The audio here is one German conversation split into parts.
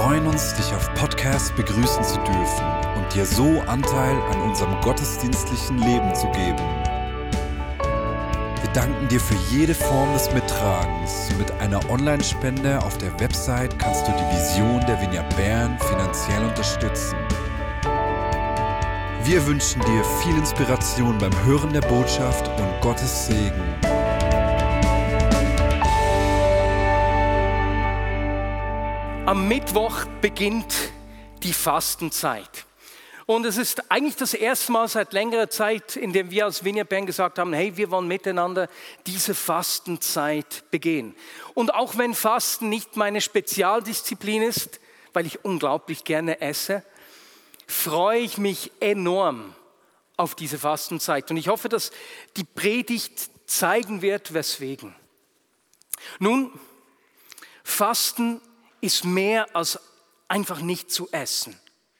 freuen uns, dich auf Podcast begrüßen zu dürfen und dir so Anteil an unserem gottesdienstlichen Leben zu geben. Wir danken dir für jede Form des Mittragens. Mit einer Online-Spende auf der Website kannst du die Vision der Vineyard Bern finanziell unterstützen. Wir wünschen dir viel Inspiration beim Hören der Botschaft und Gottes Segen. Am Mittwoch beginnt die Fastenzeit. Und es ist eigentlich das erste Mal seit längerer Zeit, in dem wir als Vineyard Bern gesagt haben, hey, wir wollen miteinander diese Fastenzeit begehen. Und auch wenn Fasten nicht meine Spezialdisziplin ist, weil ich unglaublich gerne esse, freue ich mich enorm auf diese Fastenzeit. Und ich hoffe, dass die Predigt zeigen wird, weswegen. Nun, Fasten ist mehr als einfach nicht zu essen.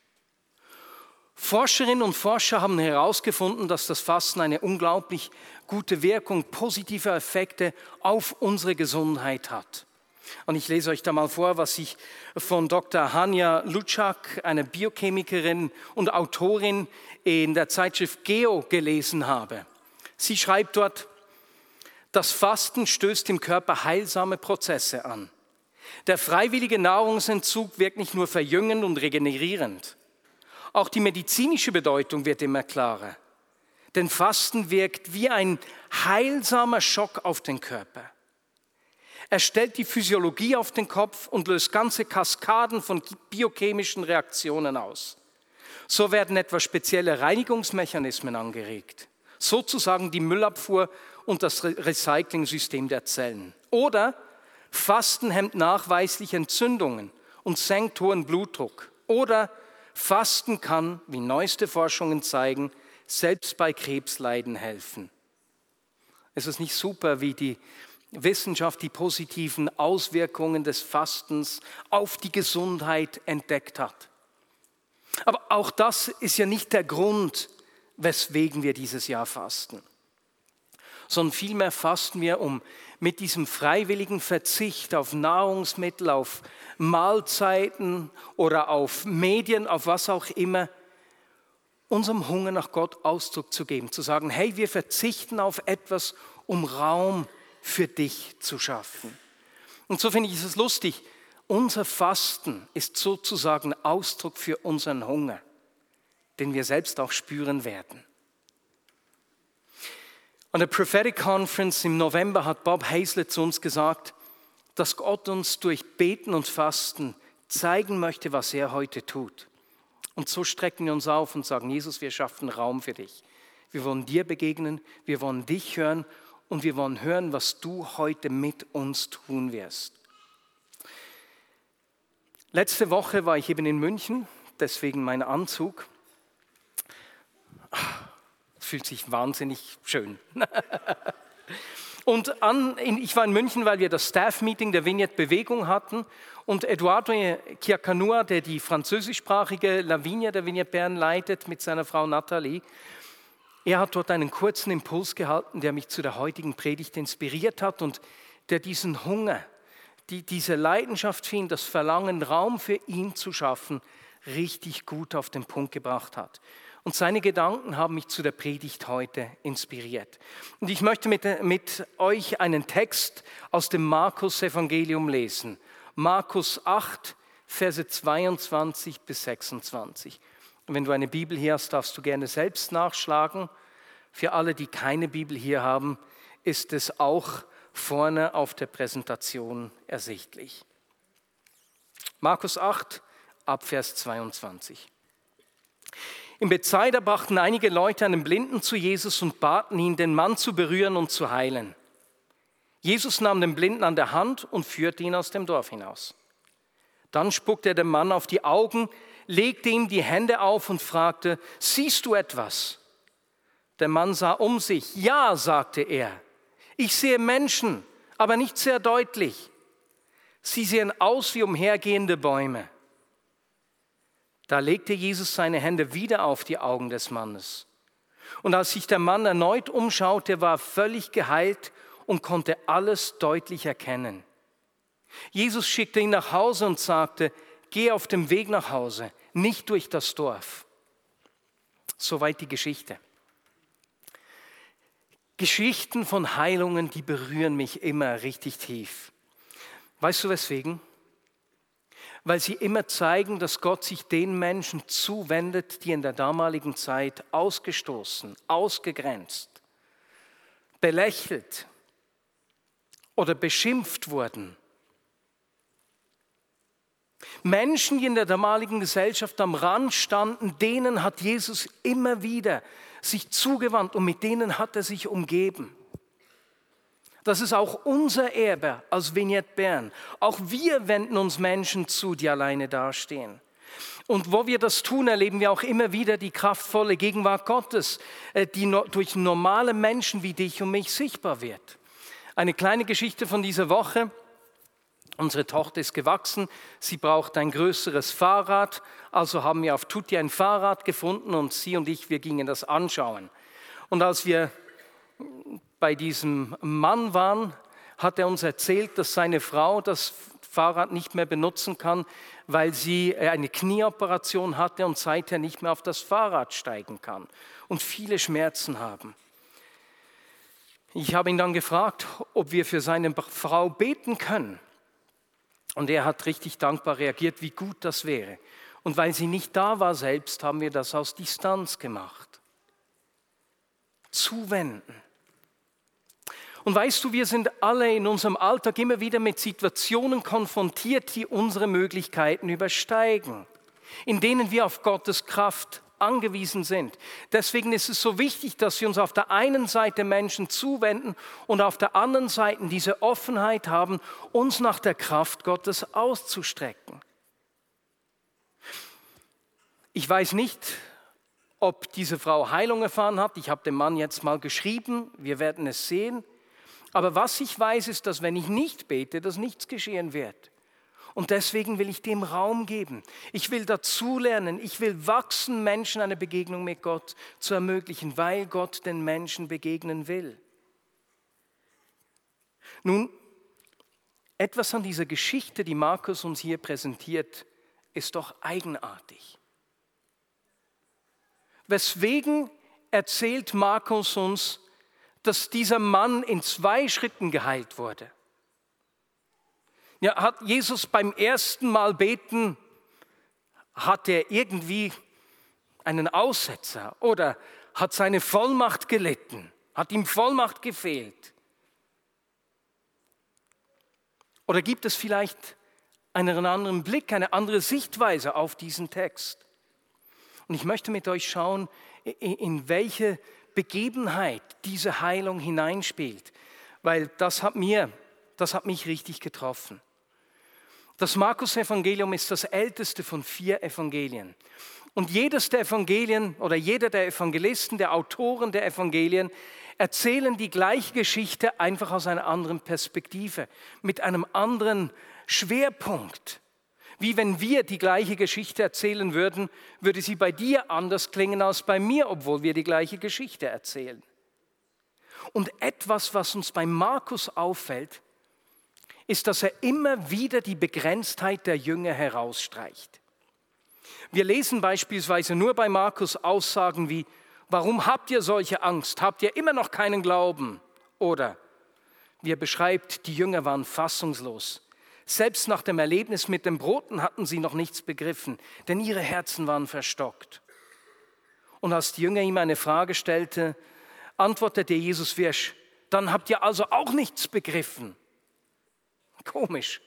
Forscherinnen und Forscher haben herausgefunden, dass das Fasten eine unglaublich gute Wirkung, positive Effekte auf unsere Gesundheit hat. Und ich lese euch da mal vor, was ich von Dr. Hania Luczak, einer Biochemikerin und Autorin, in der Zeitschrift Geo gelesen habe. Sie schreibt dort, das Fasten stößt im Körper heilsame Prozesse an. Der freiwillige Nahrungsentzug wirkt nicht nur verjüngend und regenerierend. Auch die medizinische Bedeutung wird immer klarer. Denn Fasten wirkt wie ein heilsamer Schock auf den Körper. Er stellt die Physiologie auf den Kopf und löst ganze Kaskaden von biochemischen Reaktionen aus. So werden etwa spezielle Reinigungsmechanismen angeregt. Sozusagen die Müllabfuhr und das Recycling-System der Zellen. Oder Fasten hemmt nachweislich Entzündungen und senkt hohen Blutdruck. Oder Fasten kann, wie neueste Forschungen zeigen, selbst bei Krebsleiden helfen. Es ist nicht super, wie die Wissenschaft die positiven Auswirkungen des Fastens auf die Gesundheit entdeckt hat. Aber auch das ist ja nicht der Grund, weswegen wir dieses Jahr fasten. Sondern vielmehr fasten wir, um mit diesem freiwilligen Verzicht auf Nahrungsmittel, auf Mahlzeiten oder auf Medien, auf was auch immer, unserem Hunger nach Gott Ausdruck zu geben. Zu sagen, hey, wir verzichten auf etwas, um Raum für dich zu schaffen. Und so finde ich es lustig, unser Fasten ist sozusagen Ausdruck für unseren Hunger, den wir selbst auch spüren werden. An der Prophetic Conference im November hat Bob Hazlett zu uns gesagt, dass Gott uns durch Beten und Fasten zeigen möchte, was er heute tut. Und so strecken wir uns auf und sagen, Jesus, wir schaffen Raum für dich. Wir wollen dir begegnen, wir wollen dich hören und wir wollen hören, was du heute mit uns tun wirst. Letzte Woche war ich eben in München, deswegen mein Anzug. Fühlt sich wahnsinnig schön. Und ich war in München, weil wir das Staff-Meeting der Vineyard Bewegung hatten und Eduardo Chiacanua, der die französischsprachige Lavinia der Vineyard Bern leitet, mit seiner Frau Nathalie, er hat dort einen kurzen Impuls gehalten, der mich zu der heutigen Predigt inspiriert hat und der diesen Hunger, diese Leidenschaft für ihn, das Verlangen, Raum für ihn zu schaffen, richtig gut auf den Punkt gebracht hat. Und seine Gedanken haben mich zu der Predigt heute inspiriert. Und ich möchte mit euch einen Text aus dem Markus-Evangelium lesen. Markus 8, Verse 22 bis 26. Und wenn du eine Bibel hier hast, darfst du gerne selbst nachschlagen. Für alle, die keine Bibel hier haben, ist es auch vorne auf der Präsentation ersichtlich. Markus 8, ab Vers 22. In Bethsaida brachten einige Leute einen Blinden zu Jesus und baten ihn, den Mann zu berühren und zu heilen. Jesus nahm den Blinden an der Hand und führte ihn aus dem Dorf hinaus. Dann spuckte er dem Mann auf die Augen, legte ihm die Hände auf und fragte, siehst du etwas? Der Mann sah um sich. Ja, sagte er, ich sehe Menschen, aber nicht sehr deutlich. Sie sehen aus wie umhergehende Bäume. Da legte Jesus seine Hände wieder auf die Augen des Mannes. Und als sich der Mann erneut umschaute, war er völlig geheilt und konnte alles deutlich erkennen. Jesus schickte ihn nach Hause und sagte, geh auf dem Weg nach Hause, nicht durch das Dorf. Soweit die Geschichte. Geschichten von Heilungen, die berühren mich immer richtig tief. Weißt du weswegen? Weil sie immer zeigen, dass Gott sich den Menschen zuwendet, die in der damaligen Zeit ausgestoßen, ausgegrenzt, belächelt oder beschimpft wurden. Menschen, die in der damaligen Gesellschaft am Rand standen, denen hat Jesus immer wieder sich zugewandt und mit denen hat er sich umgeben. Das ist auch unser Erbe als Vignette Bern. Auch wir wenden uns Menschen zu, die alleine dastehen. Und wo wir das tun, erleben wir auch immer wieder die kraftvolle Gegenwart Gottes, die durch normale Menschen wie dich und mich sichtbar wird. Eine kleine Geschichte von dieser Woche. Unsere Tochter ist gewachsen, sie braucht ein größeres Fahrrad, also haben wir auf Tutti ein Fahrrad gefunden und sie und ich, wir gingen das anschauen. Und als wir bei diesem Mann waren, hat er uns erzählt, dass seine Frau das Fahrrad nicht mehr benutzen kann, weil sie eine Knieoperation hatte und seither nicht mehr auf das Fahrrad steigen kann und viele Schmerzen haben. Ich habe ihn dann gefragt, ob wir für seine Frau beten können. Und er hat richtig dankbar reagiert, wie gut das wäre. Und weil sie nicht da war selbst, haben wir das aus Distanz gemacht. Zuwenden. Und weißt du, wir sind alle in unserem Alltag immer wieder mit Situationen konfrontiert, die unsere Möglichkeiten übersteigen, in denen wir auf Gottes Kraft angewiesen sind. Deswegen ist es so wichtig, dass wir uns auf der einen Seite Menschen zuwenden und auf der anderen Seite diese Offenheit haben, uns nach der Kraft Gottes auszustrecken. Ich weiß nicht, ob diese Frau Heilung erfahren hat. Ich habe dem Mann jetzt mal geschrieben, wir werden es sehen. Aber was ich weiß, ist, dass wenn ich nicht bete, dass nichts geschehen wird. Und deswegen will ich dem Raum geben. Ich will dazulernen, ich will wachsen, Menschen eine Begegnung mit Gott zu ermöglichen, weil Gott den Menschen begegnen will. Nun, etwas an dieser Geschichte, die Markus uns hier präsentiert, ist doch eigenartig. Weswegen erzählt Markus uns, dass dieser Mann in 2 Schritten geheilt wurde? Ja, hat Jesus beim ersten Mal beten, hat er irgendwie einen Aussetzer oder hat seine Vollmacht gelitten? Hat ihm Vollmacht gefehlt? Oder gibt es vielleicht einen anderen Blick, eine andere Sichtweise auf diesen Text? Und ich möchte mit euch schauen, in welche Begebenheit diese Heilung hineinspielt, weil das hat mich richtig getroffen. Das Markus-Evangelium ist das älteste von 4 Evangelien. Und jedes der Evangelien oder jeder der Evangelisten, der Autoren der Evangelien, erzählen die gleiche Geschichte einfach aus einer anderen Perspektive, mit einem anderen Schwerpunkt. Wie wenn wir die gleiche Geschichte erzählen würden, würde sie bei dir anders klingen als bei mir, obwohl wir die gleiche Geschichte erzählen. Und etwas, was uns bei Markus auffällt, ist, dass er immer wieder die Begrenztheit der Jünger herausstreicht. Wir lesen beispielsweise nur bei Markus Aussagen wie, warum habt ihr solche Angst? Habt ihr immer noch keinen Glauben? Oder wie er beschreibt, die Jünger waren fassungslos. Selbst nach dem Erlebnis mit den Broten hatten sie noch nichts begriffen, denn ihre Herzen waren verstockt. Und als die Jünger ihm eine Frage stellte, antwortete Jesus wirsch, dann habt ihr also auch nichts begriffen. Komisch.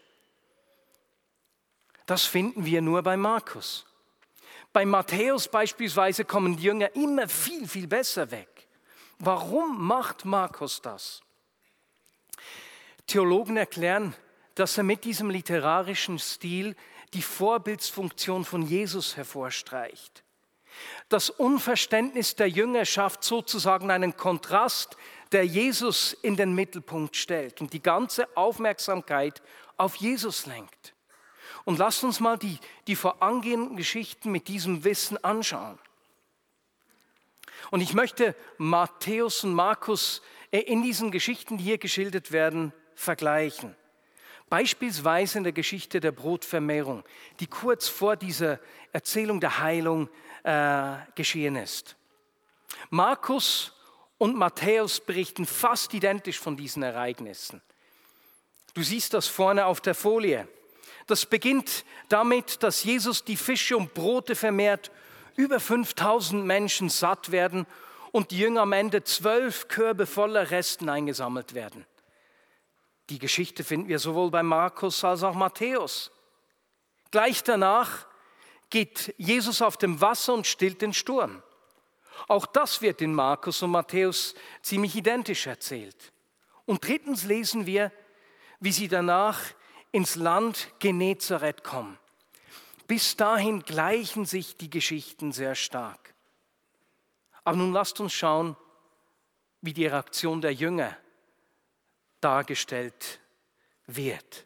Das finden wir nur bei Markus. Bei Matthäus beispielsweise kommen die Jünger immer viel, viel besser weg. Warum macht Markus das? Theologen erklären, dass er mit diesem literarischen Stil die Vorbildsfunktion von Jesus hervorstreicht. Das Unverständnis der Jünger schafft sozusagen einen Kontrast, der Jesus in den Mittelpunkt stellt und die ganze Aufmerksamkeit auf Jesus lenkt. Und lasst uns mal die vorangehenden Geschichten mit diesem Wissen anschauen. Und ich möchte Matthäus und Markus in diesen Geschichten, die hier geschildert werden, vergleichen. Beispielsweise in der Geschichte der Brotvermehrung, die kurz vor dieser Erzählung der Heilung geschehen ist. Markus und Matthäus berichten fast identisch von diesen Ereignissen. Du siehst das vorne auf der Folie. Das beginnt damit, dass Jesus die Fische und Brote vermehrt, über 5000 Menschen satt werden und die Jünger am Ende 12 Körbe voller Resten eingesammelt werden. Die Geschichte finden wir sowohl bei Markus als auch Matthäus. Gleich danach geht Jesus auf dem Wasser und stillt den Sturm. Auch das wird in Markus und Matthäus ziemlich identisch erzählt. Und drittens lesen wir, wie sie danach ins Land Genezareth kommen. Bis dahin gleichen sich die Geschichten sehr stark. Aber nun lasst uns schauen, wie die Reaktion der Jünger dargestellt wird.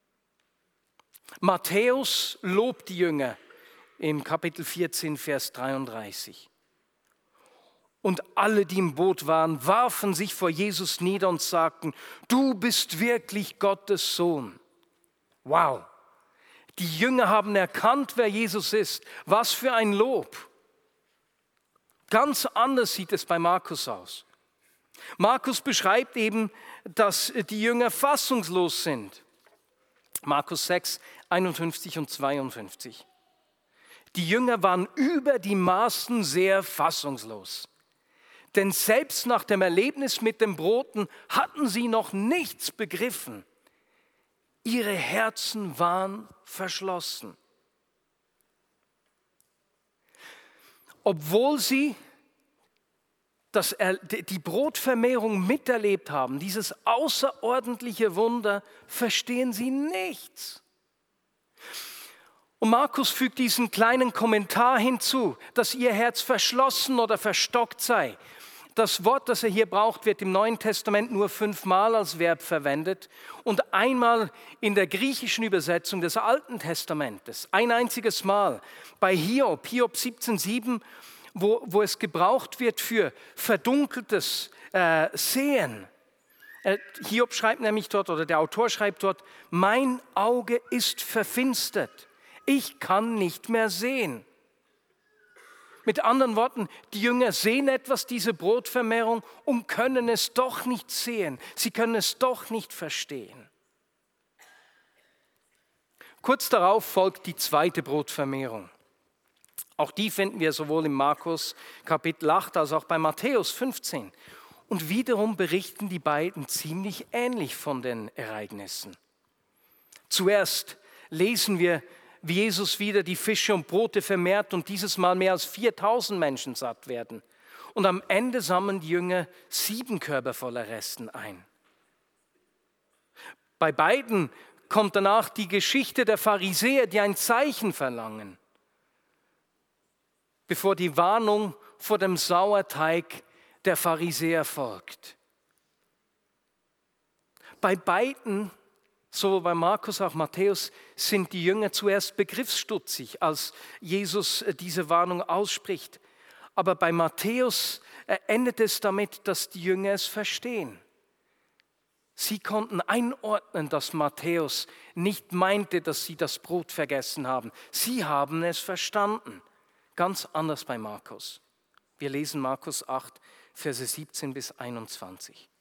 Matthäus lobt die Jünger im Kapitel 14, Vers 33. Und alle, die im Boot waren, warfen sich vor Jesus nieder und sagten, du bist wirklich Gottes Sohn. Wow, die Jünger haben erkannt, wer Jesus ist. Was für ein Lob. Ganz anders sieht es bei Markus aus. Markus beschreibt eben, dass die Jünger fassungslos sind. Markus 6, 51 und 52. Die Jünger waren über die Maßen sehr fassungslos. Denn selbst nach dem Erlebnis mit den Broten hatten sie noch nichts begriffen. Ihre Herzen waren verschlossen. Obwohl sie die Brotvermehrung miterlebt haben, dieses außerordentliche Wunder, verstehen sie nichts. Und Markus fügt diesen kleinen Kommentar hinzu, dass ihr Herz verschlossen oder verstockt sei. Das Wort, das er hier braucht, wird im Neuen Testament nur 5-mal als Verb verwendet und einmal in der griechischen Übersetzung des Alten Testamentes, ein einziges Mal bei Hiob 17,7, wo es gebraucht wird für verdunkeltes Sehen. Hiob schreibt nämlich dort, oder der Autor schreibt dort, mein Auge ist verfinstert, ich kann nicht mehr sehen. Mit anderen Worten, die Jünger sehen etwas, diese Brotvermehrung, und können es doch nicht sehen. Sie können es doch nicht verstehen. Kurz darauf folgt die zweite Brotvermehrung. Auch die finden wir sowohl in Markus Kapitel 8 als auch bei Matthäus 15. Und wiederum berichten die beiden ziemlich ähnlich von den Ereignissen. Zuerst lesen wir, wie Jesus wieder die Fische und Brote vermehrt und dieses Mal mehr als 4000 Menschen satt werden. Und am Ende sammeln die Jünger 7 Körbe voller Resten ein. Bei beiden kommt danach die Geschichte der Pharisäer, die ein Zeichen verlangen, bevor die Warnung vor dem Sauerteig der Pharisäer folgt. Bei beiden, sowohl bei Markus als auch Matthäus, sind die Jünger zuerst begriffsstutzig, als Jesus diese Warnung ausspricht. Aber bei Matthäus endet es damit, dass die Jünger es verstehen. Sie konnten einordnen, dass Matthäus nicht meinte, dass sie das Brot vergessen haben. Sie haben es verstanden. Ganz anders bei Markus. Wir lesen Markus 8, Verse 17 bis 21.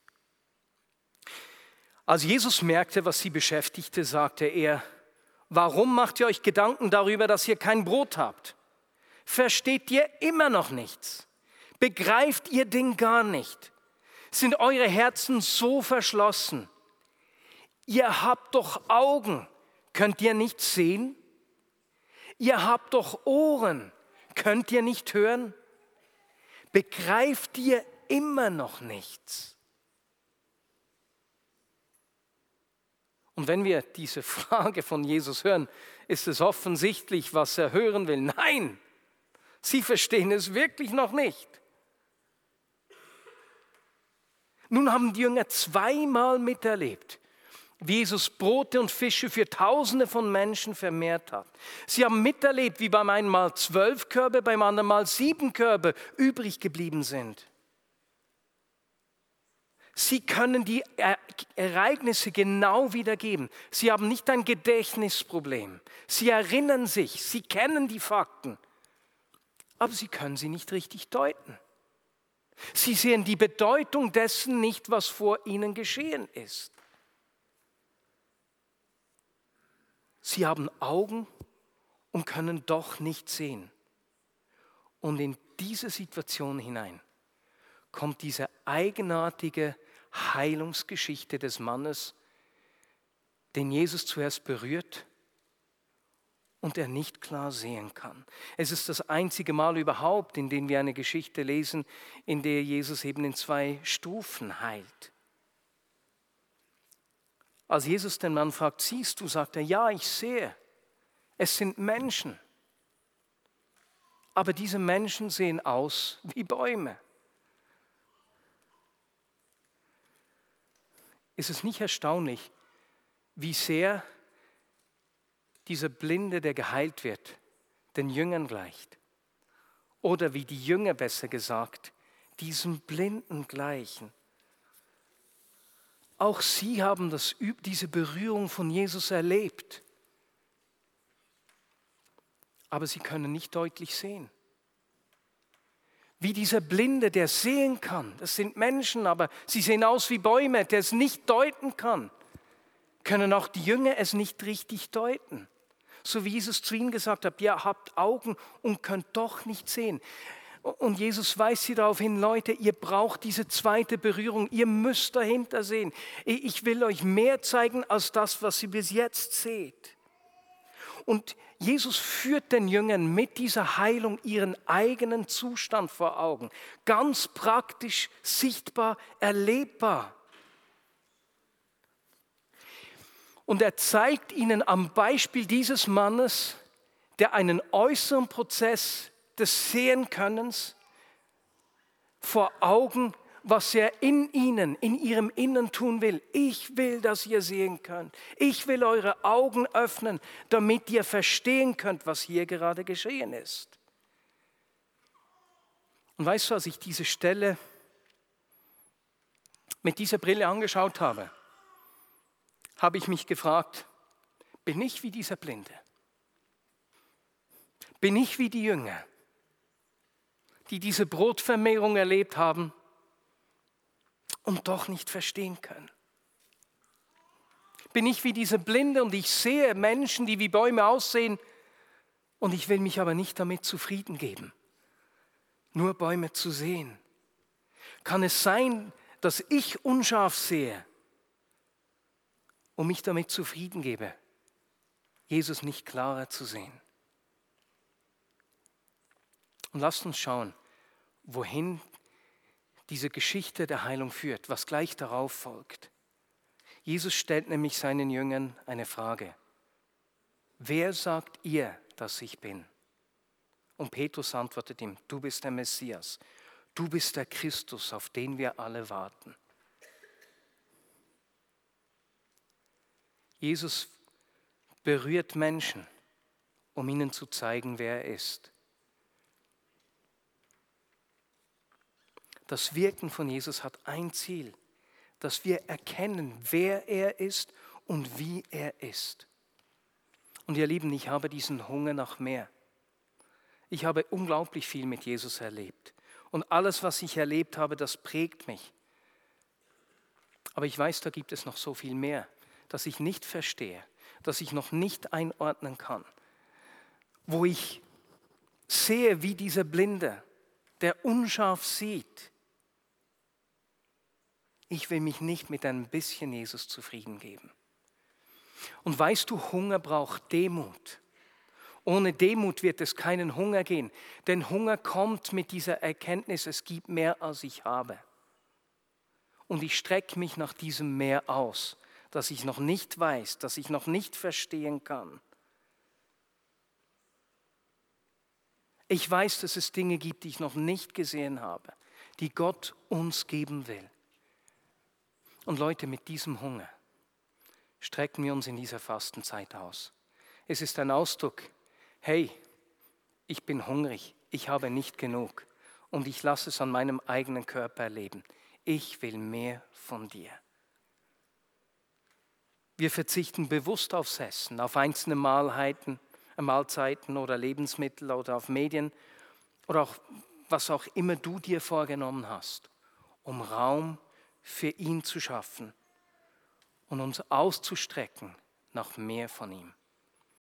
Als Jesus merkte, was sie beschäftigte, sagte er, warum macht ihr euch Gedanken darüber, dass ihr kein Brot habt? Versteht ihr immer noch nichts? Begreift ihr den gar nicht? Sind eure Herzen so verschlossen? Ihr habt doch Augen, könnt ihr nicht sehen? Ihr habt doch Ohren, könnt ihr nicht hören? Begreift ihr immer noch nichts? Und wenn wir diese Frage von Jesus hören, ist es offensichtlich, was er hören will. Nein, sie verstehen es wirklich noch nicht. Nun haben die Jünger 2-mal miterlebt, wie Jesus Brote und Fische für Tausende von Menschen vermehrt hat. Sie haben miterlebt, wie beim einen Mal 12 Körbe, beim anderen Mal 7 Körbe übrig geblieben sind. Sie können die Ereignisse genau wiedergeben. Sie haben nicht ein Gedächtnisproblem. Sie erinnern sich, sie kennen die Fakten, aber sie können sie nicht richtig deuten. Sie sehen die Bedeutung dessen nicht, was vor ihnen geschehen ist. Sie haben Augen und können doch nicht sehen. Und in diese Situation hinein kommt diese eigenartige Heilungsgeschichte des Mannes, den Jesus zuerst berührt und er nicht klar sehen kann. Es ist das einzige Mal überhaupt, in dem wir eine Geschichte lesen, in der Jesus eben in 2 Stufen heilt. Als Jesus den Mann fragt, siehst du, sagt er, ja, ich sehe. Es sind Menschen. Aber diese Menschen sehen aus wie Bäume. Ist es nicht erstaunlich, wie sehr dieser Blinde, der geheilt wird, den Jüngern gleicht? Oder wie die Jünger, besser gesagt, diesem Blinden gleichen. Auch sie haben diese Berührung von Jesus erlebt. Aber sie können nicht deutlich sehen. Wie dieser Blinde, der sehen kann, das sind Menschen, aber sie sehen aus wie Bäume, der es nicht deuten kann, können auch die Jünger es nicht richtig deuten. So wie Jesus zu ihnen gesagt hat, ihr habt Augen und könnt doch nicht sehen. Und Jesus weist sie darauf hin, Leute, ihr braucht diese zweite Berührung, ihr müsst dahinter sehen. Ich will euch mehr zeigen als das, was ihr bis jetzt seht. Und Jesus führt den Jüngern mit dieser Heilung ihren eigenen Zustand vor Augen. Ganz praktisch, sichtbar, erlebbar. Und er zeigt ihnen am Beispiel dieses Mannes, der einen äußeren Prozess des Sehenkönnens vor Augen, was er in ihnen, in ihrem Innern tun will. Ich will, dass ihr sehen könnt. Ich will eure Augen öffnen, damit ihr verstehen könnt, was hier gerade geschehen ist. Und weißt du, als ich diese Stelle mit dieser Brille angeschaut habe, habe ich mich gefragt, bin ich wie dieser Blinde? Bin ich wie die Jünger, die diese Brotvermehrung erlebt haben und doch nicht verstehen können? Bin ich wie diese Blinde und ich sehe Menschen, die wie Bäume aussehen und ich will mich aber nicht damit zufrieden geben, nur Bäume zu sehen? Kann es sein, dass ich unscharf sehe und mich damit zufrieden gebe, Jesus nicht klarer zu sehen? Und lasst uns schauen, wohin diese Geschichte der Heilung führt, was gleich darauf folgt. Jesus stellt nämlich seinen Jüngern eine Frage. Wer sagt ihr, dass ich bin? Und Petrus antwortet ihm, du bist der Messias, du bist der Christus, auf den wir alle warten. Jesus berührt Menschen, um ihnen zu zeigen, wer er ist. Das Wirken von Jesus hat ein Ziel, dass wir erkennen, wer er ist und wie er ist. Und ihr Lieben, ich habe diesen Hunger nach mehr. Ich habe unglaublich viel mit Jesus erlebt. Und alles, was ich erlebt habe, das prägt mich. Aber ich weiß, da gibt es noch so viel mehr, das ich nicht verstehe, das ich noch nicht einordnen kann. Wo ich sehe, wie dieser Blinde, der unscharf sieht. Ich will mich nicht mit ein bisschen Jesus zufrieden geben. Und weißt du, Hunger braucht Demut. Ohne Demut wird es keinen Hunger geben. Denn Hunger kommt mit dieser Erkenntnis, es gibt mehr, als ich habe. Und ich strecke mich nach diesem Mehr aus, das ich noch nicht weiß, das ich noch nicht verstehen kann. Ich weiß, dass es Dinge gibt, die ich noch nicht gesehen habe, die Gott uns geben will. Und Leute, mit diesem Hunger strecken wir uns in dieser Fastenzeit aus. Es ist ein Ausdruck, hey, ich bin hungrig, ich habe nicht genug und ich lasse es an meinem eigenen Körper erleben. ich will mehr von dir. Wir verzichten bewusst aufs Essen, auf einzelne Mahlzeiten oder Lebensmittel oder auf Medien oder auch was auch immer du dir vorgenommen hast, um Raum für ihn zu schaffen und uns auszustrecken nach mehr von ihm.